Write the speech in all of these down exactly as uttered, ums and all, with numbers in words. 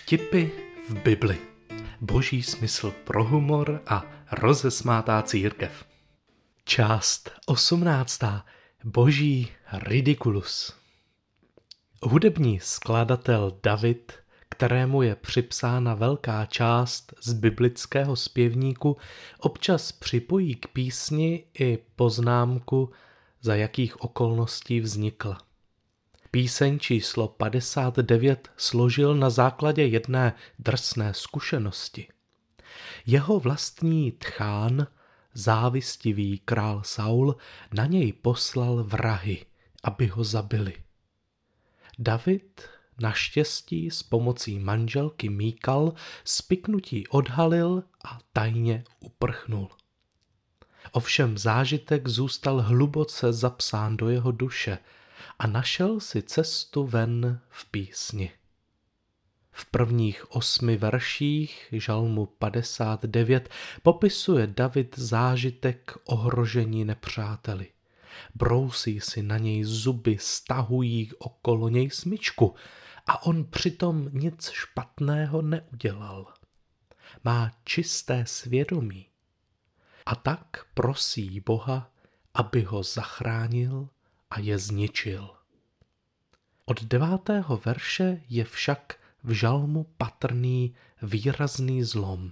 Vtipy v Bibli. Boží smysl pro humor a rozesmátá církev. Část osmnáctá. Boží ridikulus. Hudební skladatel David, kterému je připsána velká část z biblického zpěvníku, občas připojí k písni i poznámku, za jakých okolností vznikla. Píseň číslo padesát devět složil na základě jedné drsné zkušenosti. Jeho vlastní tchán, závistivý král Saul, na něj poslal vrahy, aby ho zabili. David naštěstí s pomocí manželky Míkal spiknutí odhalil a tajně uprchnul. Ovšem zážitek zůstal hluboce zapsán do jeho duše a našel si cestu ven v písni. V prvních osmi verších žalmu padesát devět popisuje David zážitek ohrožení nepřáteli. Brousí si na něj zuby, stahují okolo něj smyčku a on přitom nic špatného neudělal. Má čisté svědomí. A tak prosí Boha, aby ho zachránil a je zničil. Od devátého verše je však v žalmu patrný výrazný zlom.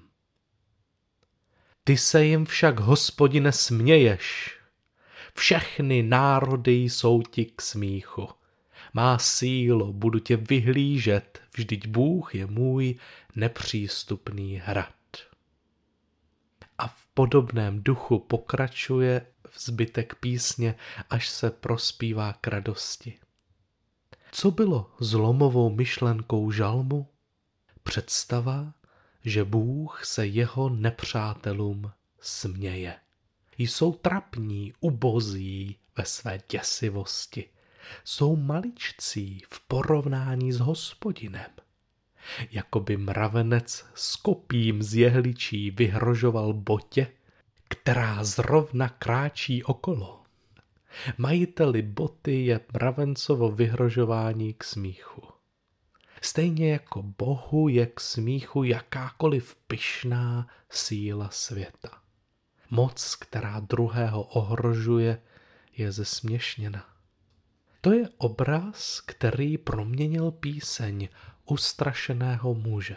Ty se jim však, Hospodine, směješ. Všechny národy jsou ti k smíchu. Má sílo, budu tě vyhlížet, vždyť Bůh je můj nepřístupný hrad. A v podobném duchu pokračuje zbytek písně, až se prospívá k radosti. Co bylo zlomovou myšlenkou žalmu? Představa, že Bůh se jeho nepřátelům směje. Jsou trapní, ubozí ve své děsivosti. Jsou maličcí v porovnání s Hospodinem. Jakoby mravenec s kopím z jehličí vyhrožoval botě, která zrovna kráčí okolo. Majiteli boty je mravencovo vyhrožování k smíchu. Stejně jako Bohu je k smíchu jakákoliv pyšná síla světa. Moc, která druhého ohrožuje, je zesměšněna. To je obraz, který proměnil píseň ustrašeného muže.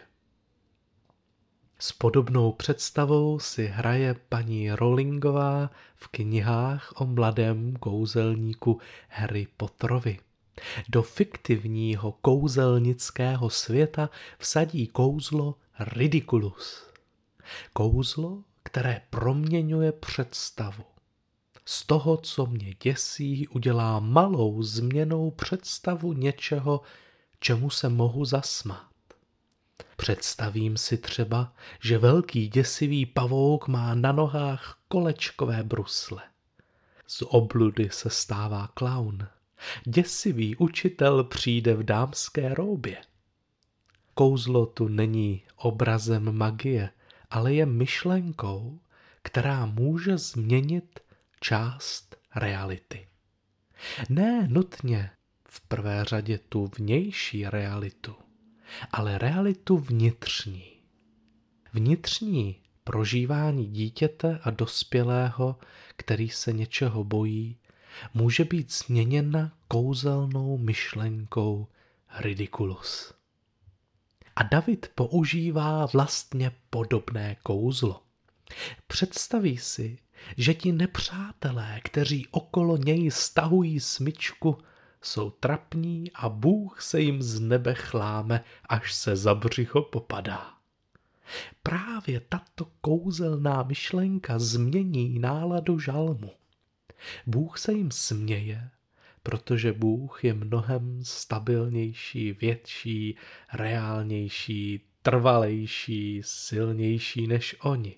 S podobnou představou si hraje paní Rowlingová v knihách o mladém kouzelníku Harry Potterovi. Do fiktivního kouzelnického světa vsadí kouzlo ridiculus. Kouzlo, které proměňuje představu. Z toho, co mě děsí, udělá malou změnou představu něčeho, čemu se mohu zasmát. Představím si třeba, že velký děsivý pavouk má na nohách kolečkové brusle. Z obludy se stává klaun. Děsivý učitel přijde v dámské róbě. Kouzlo tu není obrazem magie, ale je myšlenkou, která může změnit část reality. Ne nutně v prvé řadě tu vnější realitu, ale realitu vnitřní. Vnitřní prožívání dítěte a dospělého, který se něčeho bojí, může být změněna kouzelnou myšlenkou ridiculus. A David používá vlastně podobné kouzlo. Představí si, že ti nepřátelé, kteří okolo něj stahují smyčku, jsou trapní a Bůh se jim z nebe chláme, až se za břicho popadá. Právě tato kouzelná myšlenka změní náladu žalmu. Bůh se jim směje, protože Bůh je mnohem stabilnější, větší, reálnější, trvalejší, silnější než oni.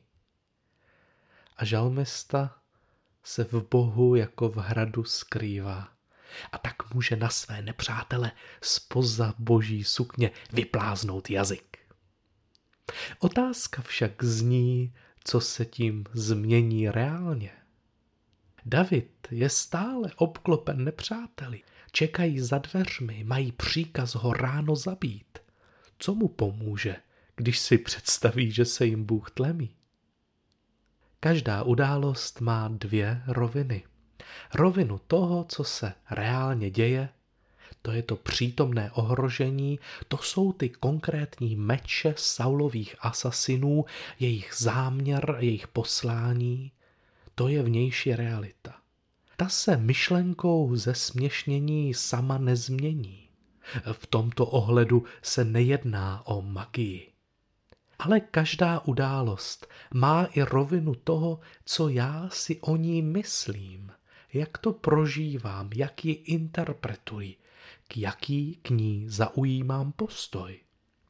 A žalmista se v Bohu jako v hradu skrývá. A tak může na své nepřátele zpoza boží sukně vypláznout jazyk. Otázka však zní, co se tím změní reálně. David je stále obklopen nepřáteli, čekají za dveřmi, mají příkaz ho ráno zabít. co mu pomůže, když si představí, že se jim Bůh tlemí? Každá událost má dvě roviny. Rovinu toho, co se reálně děje, to je to přítomné ohrožení, to jsou ty konkrétní meče Saulových asasinů, jejich záměr, jejich poslání, to je vnější realita. Ta se myšlenkou zesměšnění sama nezmění. V tomto ohledu se nejedná o magii. Ale každá událost má i rovinu toho, co já si o ní myslím, jak to prožívám, jak ji interpretuji, k jaký k ní zaujímám postoj.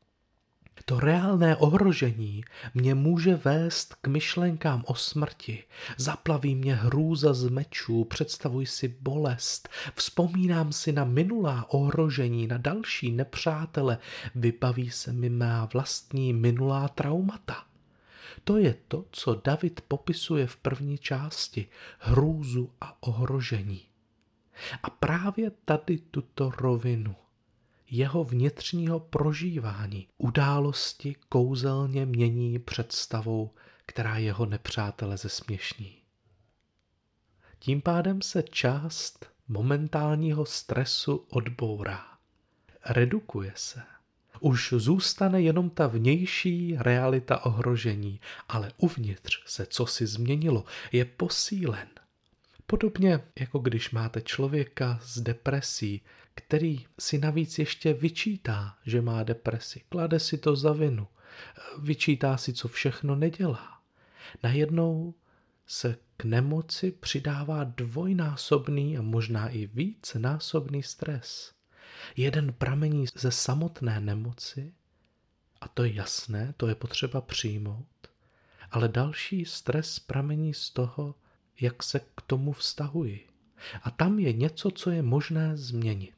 To reálné ohrožení mě může vést k myšlenkám o smrti. Zaplaví mě hrůza z mečů, představuji si bolest, vzpomínám si na minulá ohrožení, na další nepřátele, vybaví se mi má vlastní minulá traumata. To je to, co David popisuje v první části, hrůzu a ohrožení. A právě tady tuto rovinu jeho vnitřního prožívání události kouzelně mění představou, která jeho nepřátele zesměšní. Tím pádem se část momentálního stresu odbourá. Redukuje se. Už zůstane jenom ta vnější realita ohrožení, ale uvnitř se cosi změnilo, je posílen. Podobně jako když máte člověka s depresí, který si navíc ještě vyčítá, že má depresi, klade si to za vinu, vyčítá si, co všechno nedělá. Najednou se k nemoci přidává dvojnásobný a možná i vícenásobný stres. Jeden pramení ze samotné nemoci, a to je jasné, to je potřeba přijmout, ale další stres pramení z toho, jak se k tomu vztahuji. A tam je něco, co je možné změnit.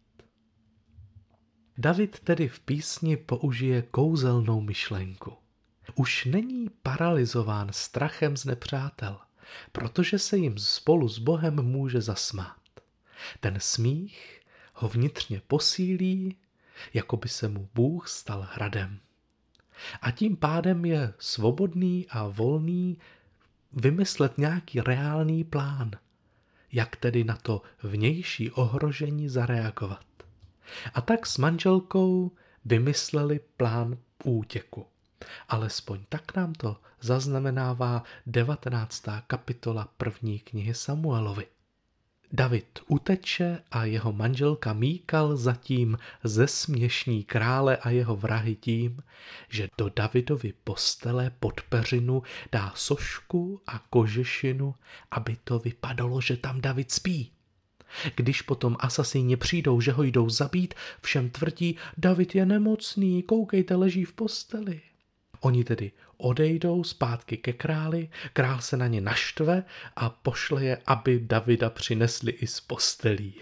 David tedy v písni použije kouzelnou myšlenku. Už není paralyzován strachem z nepřátel, protože se jim spolu s Bohem může zasmát. Ten smích ho vnitřně posílí, jako by se mu Bůh stal hradem. A tím pádem je svobodný a volný vymyslet nějaký reálný plán, jak tedy na to vnější ohrožení zareagovat. A tak s manželkou vymysleli plán útěku. Alespoň tak nám to zaznamenává devatenáctá kapitola první knihy Samuelovi. David uteče a jeho manželka Míkal zatím zesměšní krále a jeho vrahy tím, že do Davidovy postele pod peřinu dá sošku a kožešinu, aby to vypadalo, že tam David spí. Když potom asasíni přijdou, že ho jdou zabít, všem tvrdí, David je nemocný, koukejte, leží v posteli. Oni tedy odejdou zpátky ke králi, král se na ně naštve a pošle je, aby Davida přinesli i z postelí.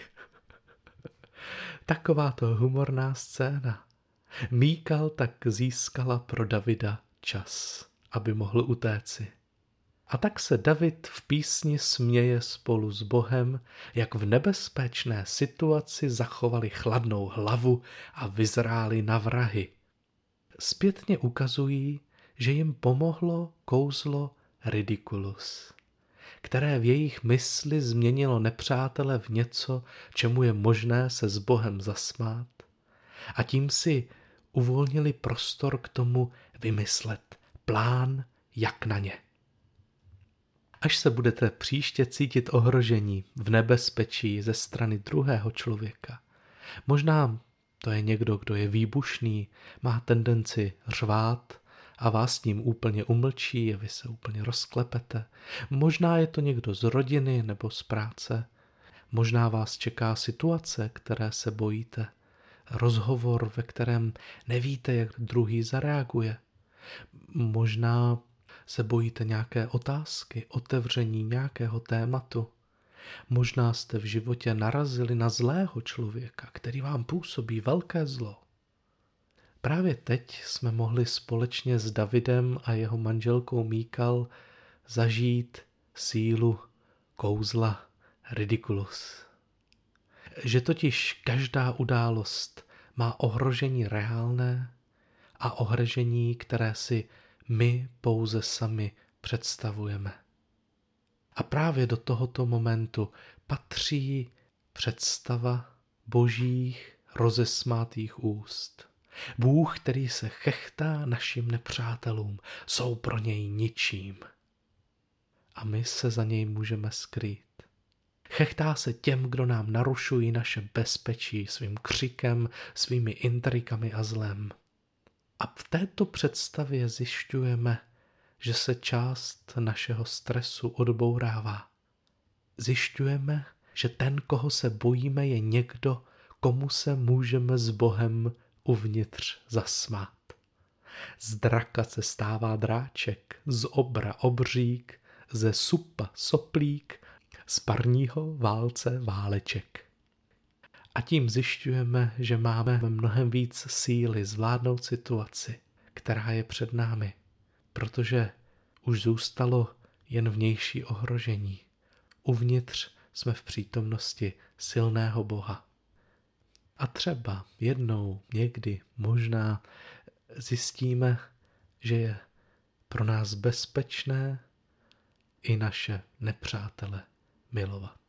Takováto humorná scéna. Míkal tak získala pro Davida čas, aby mohl utéci. A tak se David v písni směje spolu s Bohem, jak v nebezpečné situaci zachovali chladnou hlavu a vyzráli na vrahy. Zpětně ukazují, že jim pomohlo kouzlo ridiculus, které v jejich mysli změnilo nepřátele v něco, čemu je možné se s Bohem zasmát, a tím si uvolnili prostor k tomu vymyslet plán, jak na ně. Až se budete příště cítit ohrožení v nebezpečí ze strany druhého člověka, možná to je někdo, kdo je výbušný, má tendenci řvát a vás tím úplně umlčí a vy se úplně rozklepete. Možná je to někdo z rodiny nebo z práce. Možná vás čeká situace, které se bojíte. Rozhovor, ve kterém nevíte, jak druhý zareaguje. Možná se bojíte nějaké otázky, otevření nějakého tématu. Možná jste v životě narazili na zlého člověka, který vám působí velké zlo. Právě teď jsme mohli společně s Davidem a jeho manželkou Míkal zažít sílu kouzla ridiculus. Že totiž každá událost má ohrožení reálné a ohrožení, které si my pouze sami představujeme. A právě do tohoto momentu patří představa božích rozesmátých úst. Bůh, který se chechtá našim nepřátelům, jsou pro něj ničím. A my se za něj můžeme skrýt. Chechtá se těm, kdo nám narušují naše bezpečí svým křikem, svými intrikami a zlem. A v této představě zjišťujeme, že se část našeho stresu odbourává. Zjišťujeme, že ten, koho se bojíme, je někdo, komu se můžeme s Bohem uvnitř zasmát. Z draka se stává dráček, z obra obřík, ze supa soplík, z parního válce váleček. A tím zjišťujeme, že máme mnohem víc síly zvládnout situaci, která je před námi, protože už zůstalo jen vnější ohrožení. Uvnitř jsme v přítomnosti silného Boha. A třeba jednou, někdy, možná zjistíme, že je pro nás bezpečné i naše nepřátele milovat.